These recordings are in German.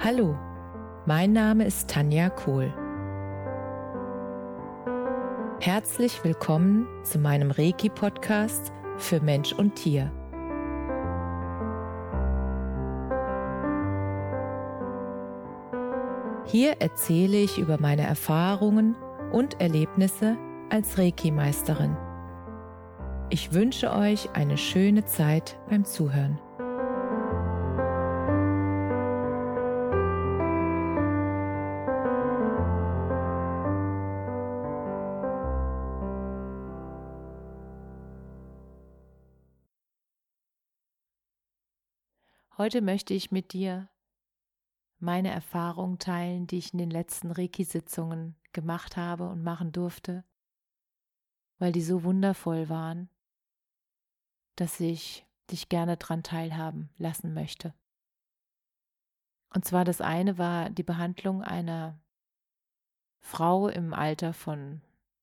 Hallo, mein Name ist Tanja Kohl. Herzlich willkommen zu meinem Reiki-Podcast für Mensch und Tier. Hier erzähle ich über meine Erfahrungen und Erlebnisse als Reiki-Meisterin. Ich wünsche euch eine schöne Zeit beim Zuhören. Heute möchte ich mit dir meine Erfahrungen teilen, die ich in den letzten Reiki-Sitzungen gemacht habe und machen durfte, weil die so wundervoll waren, dass ich dich gerne daran teilhaben lassen möchte. Und zwar das eine war die Behandlung einer Frau im Alter von,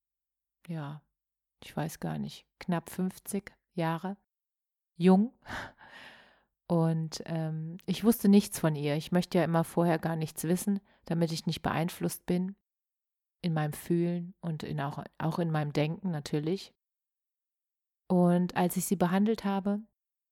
ich weiß gar nicht, knapp 50 Jahre, jung. Und ich wusste nichts von ihr. Ich möchte ja immer vorher gar nichts wissen, damit ich nicht beeinflusst bin in meinem Fühlen und auch in meinem Denken natürlich. Und als ich sie behandelt habe,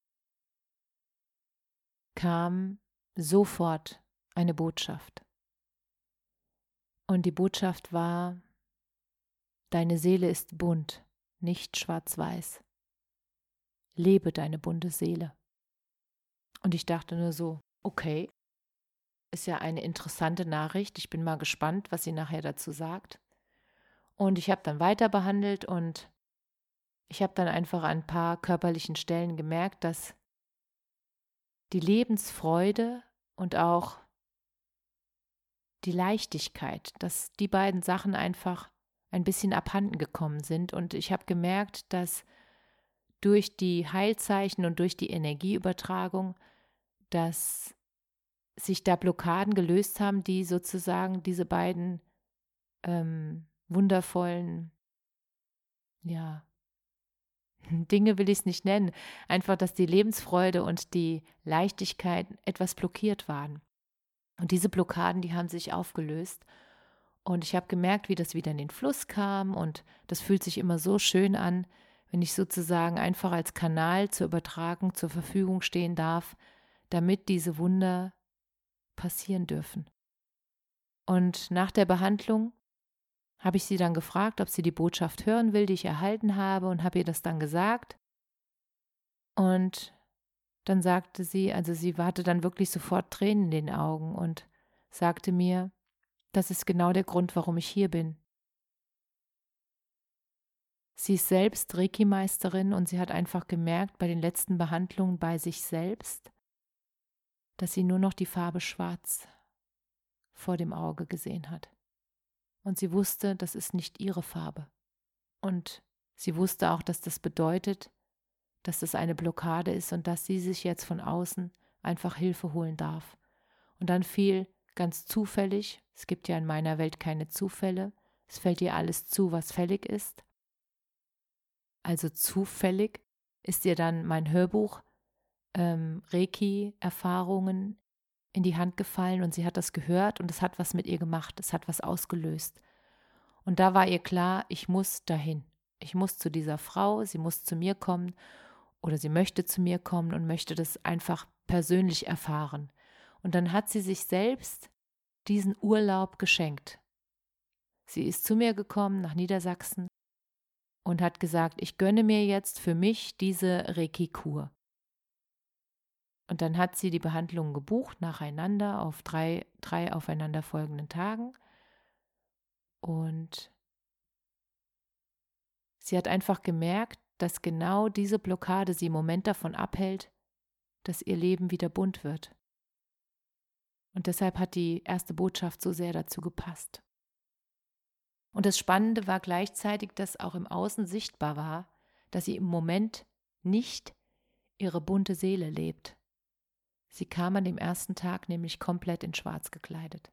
kam sofort eine Botschaft. Und die Botschaft war: Deine Seele ist bunt, nicht schwarz-weiß. Lebe deine bunte Seele. Und ich dachte nur so, okay, ist ja eine interessante Nachricht. Ich bin mal gespannt, was sie nachher dazu sagt. Und ich habe dann weiter behandelt und ich habe dann einfach an ein paar körperlichen Stellen gemerkt, dass die Lebensfreude und auch die Leichtigkeit, dass die beiden Sachen einfach ein bisschen abhanden gekommen sind. Und ich habe gemerkt, dass durch die Heilzeichen und durch die Energieübertragung, dass sich da Blockaden gelöst haben, die sozusagen diese beiden wundervollen, Dinge will ich es nicht nennen, einfach, dass die Lebensfreude und die Leichtigkeit etwas blockiert waren. Und diese Blockaden, die haben sich aufgelöst. Und ich habe gemerkt, wie das wieder in den Fluss kam. Und das fühlt sich immer so schön an, wenn ich sozusagen einfach als Kanal zur Übertragung zur Verfügung stehen darf, damit diese Wunder passieren dürfen. Und nach der Behandlung habe ich sie dann gefragt, ob sie die Botschaft hören will, die ich erhalten habe, und habe ihr das dann gesagt. Und dann sagte sie, also sie hatte dann wirklich sofort Tränen in den Augen und sagte mir, das ist genau der Grund, warum ich hier bin. Sie ist selbst Reiki-Meisterin und sie hat einfach gemerkt bei den letzten Behandlungen bei sich selbst, dass sie nur noch die Farbe Schwarz vor dem Auge gesehen hat. Und sie wusste, das ist nicht ihre Farbe. Und sie wusste auch, dass das bedeutet, dass das eine Blockade ist und dass sie sich jetzt von außen einfach Hilfe holen darf. Und dann fiel ganz zufällig, es gibt ja in meiner Welt keine Zufälle, es fällt ihr alles zu, was fällig ist. Also zufällig ist ihr dann mein Hörbuch Reiki-Erfahrungen in die Hand gefallen und sie hat das gehört und es hat was mit ihr gemacht, es hat was ausgelöst. Und da war ihr klar, ich muss dahin. Ich muss zu dieser Frau, sie muss zu mir kommen oder sie möchte zu mir kommen und möchte das einfach persönlich erfahren. Und dann hat sie sich selbst diesen Urlaub geschenkt. Sie ist zu mir gekommen nach Niedersachsen und hat gesagt, ich gönne mir jetzt für mich diese Reiki-Kur. Und dann hat sie die Behandlungen gebucht, nacheinander, auf drei aufeinanderfolgenden Tagen. Und sie hat einfach gemerkt, dass genau diese Blockade sie im Moment davon abhält, dass ihr Leben wieder bunt wird. Und deshalb hat die erste Botschaft so sehr dazu gepasst. Und das Spannende war gleichzeitig, dass auch im Außen sichtbar war, dass sie im Moment nicht ihre bunte Seele lebt. Sie kam an dem ersten Tag nämlich komplett in Schwarz gekleidet.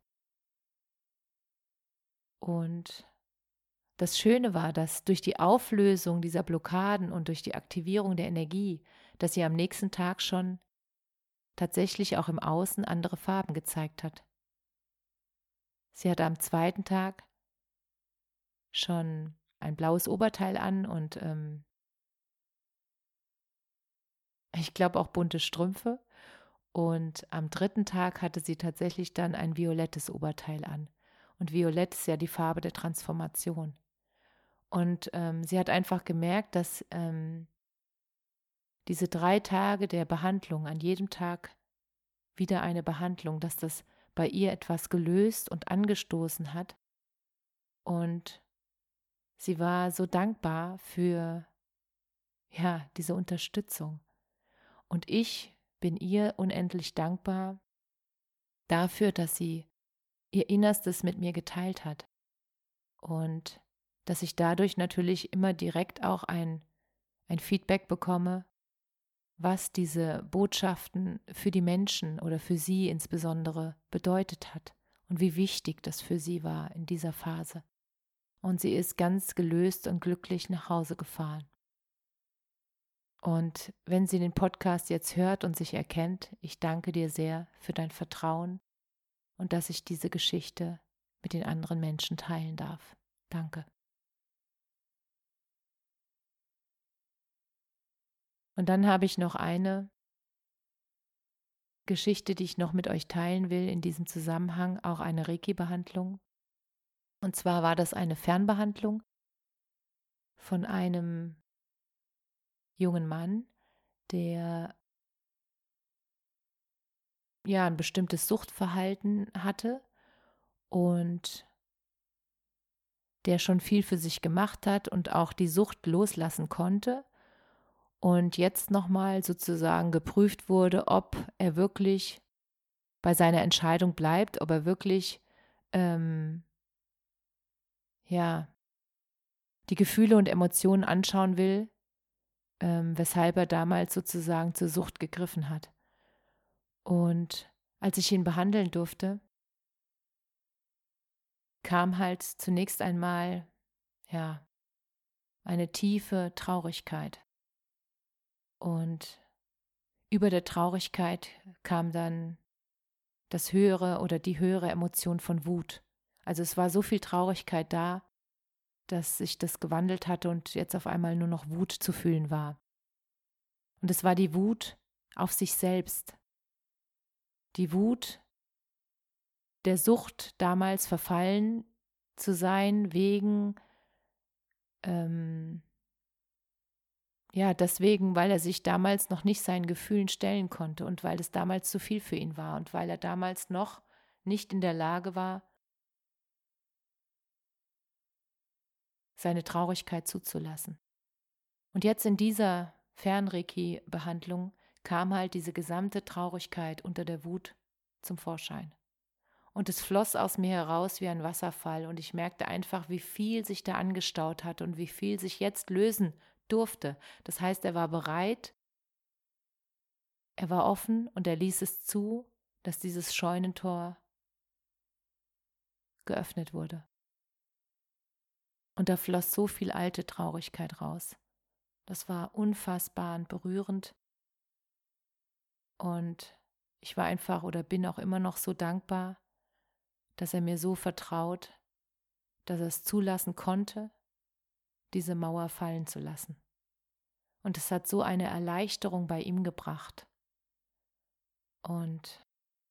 Und das Schöne war, dass durch die Auflösung dieser Blockaden und durch die Aktivierung der Energie, dass sie am nächsten Tag schon tatsächlich auch im Außen andere Farben gezeigt hat. Sie hatte am zweiten Tag schon ein blaues Oberteil an und ich glaube auch bunte Strümpfe. Und am dritten Tag hatte sie tatsächlich dann ein violettes Oberteil an. Und violett ist ja die Farbe der Transformation. Und sie hat einfach gemerkt, dass diese 3 Tage der Behandlung, an jedem Tag wieder eine Behandlung, dass das bei ihr etwas gelöst und angestoßen hat. Und sie war so dankbar für, ja, diese Unterstützung. Und ich bin ihr unendlich dankbar dafür, dass sie ihr Innerstes mit mir geteilt hat. Und dass ich dadurch natürlich immer direkt auch ein Feedback bekomme, was diese Botschaften für die Menschen oder für sie insbesondere bedeutet hat und wie wichtig das für sie war in dieser Phase. Und sie ist ganz gelöst und glücklich nach Hause gefahren. Und wenn sie den Podcast jetzt hört und sich erkennt, ich danke dir sehr für dein Vertrauen und dass ich diese Geschichte mit den anderen Menschen teilen darf. Danke. Und dann habe ich noch eine Geschichte, die ich noch mit euch teilen will in diesem Zusammenhang, auch eine Reiki-Behandlung. Und zwar war das eine Fernbehandlung von einem jungen Mann, der ja ein bestimmtes Suchtverhalten hatte und der schon viel für sich gemacht hat und auch die Sucht loslassen konnte und jetzt nochmal sozusagen geprüft wurde, ob er wirklich bei seiner Entscheidung bleibt, ob er wirklich ja, die Gefühle und Emotionen anschauen will, weshalb er damals sozusagen zur Sucht gegriffen hat. Und als ich ihn behandeln durfte, kam halt zunächst einmal, ja, eine tiefe Traurigkeit. Und über der Traurigkeit kam dann das höhere oder die höhere Emotion von Wut. Also es war so viel Traurigkeit da, dass sich das gewandelt hatte und jetzt auf einmal nur noch Wut zu fühlen war. Und es war die Wut auf sich selbst. Die Wut der Sucht damals verfallen zu sein, wegen, ja, deswegen, weil er sich damals noch nicht seinen Gefühlen stellen konnte und weil es damals zu viel für ihn war und weil er damals noch nicht in der Lage war, seine Traurigkeit zuzulassen. Und jetzt in dieser Fernreiki-Behandlung kam halt diese gesamte Traurigkeit unter der Wut zum Vorschein. Und es floss aus mir heraus wie ein Wasserfall und ich merkte einfach, wie viel sich da angestaut hat und wie viel sich jetzt lösen durfte. Das heißt, er war bereit, er war offen und er ließ es zu, dass dieses Scheunentor geöffnet wurde. Und da floss so viel alte Traurigkeit raus. Das war unfassbar und berührend. Und ich war einfach oder bin auch immer noch so dankbar, dass er mir so vertraut, dass er es zulassen konnte, diese Mauer fallen zu lassen. Und es hat so eine Erleichterung bei ihm gebracht. Und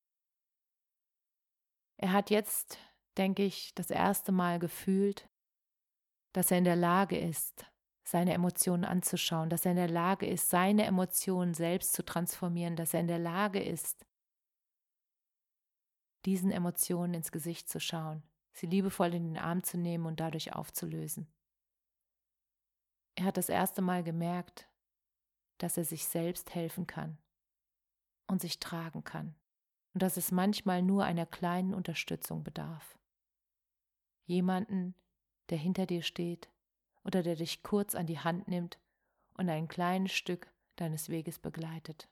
er hat jetzt, denke ich, das erste Mal gefühlt, dass er in der Lage ist, seine Emotionen anzuschauen, dass er in der Lage ist, seine Emotionen selbst zu transformieren, dass er in der Lage ist, diesen Emotionen ins Gesicht zu schauen, sie liebevoll in den Arm zu nehmen und dadurch aufzulösen. Er hat das erste Mal gemerkt, dass er sich selbst helfen kann und sich tragen kann und dass es manchmal nur einer kleinen Unterstützung bedarf. Jemanden, der hinter dir steht oder der dich kurz an die Hand nimmt und ein kleines Stück deines Weges begleitet.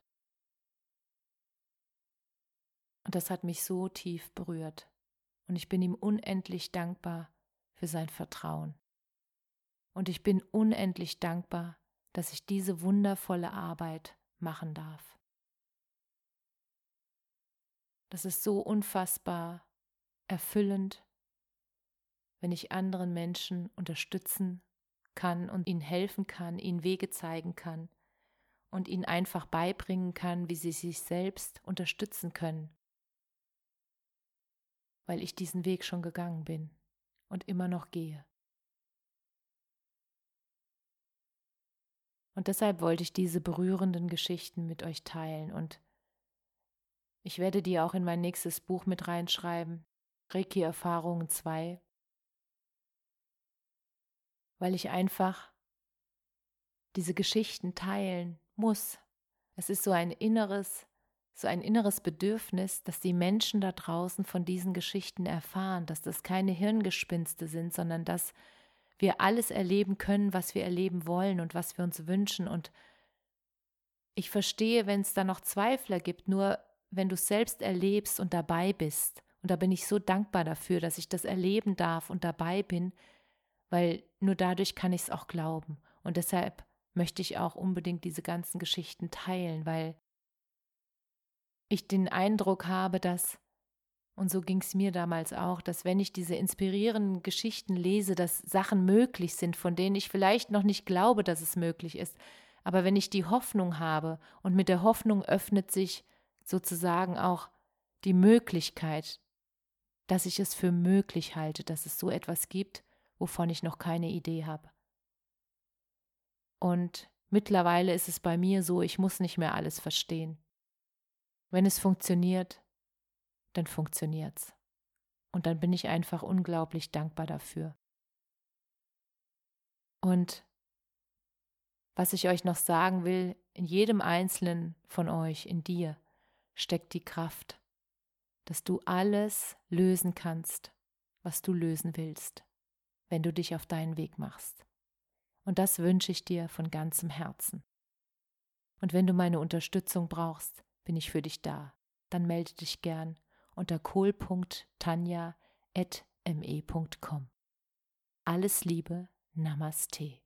Und das hat mich so tief berührt und ich bin ihm unendlich dankbar für sein Vertrauen. Und ich bin unendlich dankbar, dass ich diese wundervolle Arbeit machen darf. Das ist so unfassbar erfüllend, wenn ich anderen Menschen unterstützen kann und ihnen helfen kann, ihnen Wege zeigen kann und ihnen einfach beibringen kann, wie sie sich selbst unterstützen können, weil ich diesen Weg schon gegangen bin und immer noch gehe. Und deshalb wollte ich diese berührenden Geschichten mit euch teilen und ich werde die auch in mein nächstes Buch mit reinschreiben, Reiki Erfahrungen 2, weil ich einfach diese Geschichten teilen muss. Es ist so ein inneres Bedürfnis, dass die Menschen da draußen von diesen Geschichten erfahren, dass das keine Hirngespinste sind, sondern dass wir alles erleben können, was wir erleben wollen und was wir uns wünschen. Und ich verstehe, wenn es da noch Zweifler gibt, nur wenn du es selbst erlebst und dabei bist. Und da bin ich so dankbar dafür, dass ich das erleben darf und dabei bin, weil nur dadurch kann ich es auch glauben. Und deshalb möchte ich auch unbedingt diese ganzen Geschichten teilen, weil ich den Eindruck habe, dass, und so ging es mir damals auch, dass wenn ich diese inspirierenden Geschichten lese, dass Sachen möglich sind, von denen ich vielleicht noch nicht glaube, dass es möglich ist, aber wenn ich die Hoffnung habe und mit der Hoffnung öffnet sich sozusagen auch die Möglichkeit, dass ich es für möglich halte, dass es so etwas gibt, wovon ich noch keine Idee habe. Und mittlerweile ist es bei mir so, ich muss nicht mehr alles verstehen. Wenn es funktioniert, dann funktioniert's. Und dann bin ich einfach unglaublich dankbar dafür. Und was ich euch noch sagen will, in jedem Einzelnen von euch, in dir, steckt die Kraft, dass du alles lösen kannst, was du lösen willst, wenn du dich auf deinen Weg machst. Und das wünsche ich dir von ganzem Herzen. Und wenn du meine Unterstützung brauchst, bin ich für dich da. Dann melde dich gern unter kohl.tanja@me.com. Alles Liebe, Namaste.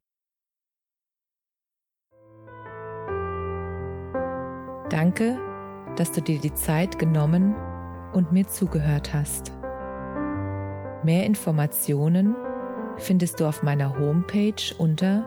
Danke, dass du dir die Zeit genommen und mir zugehört hast. Mehr Informationen findest du auf meiner Homepage unter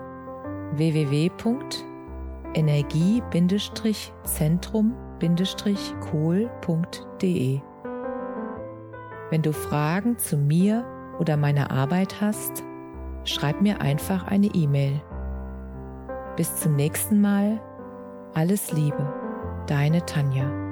www.energie-zentrum-kohl.de. Wenn du Fragen zu mir oder meiner Arbeit hast, schreib mir einfach eine E-Mail. Bis zum nächsten Mal. Alles Liebe, deine Tanja.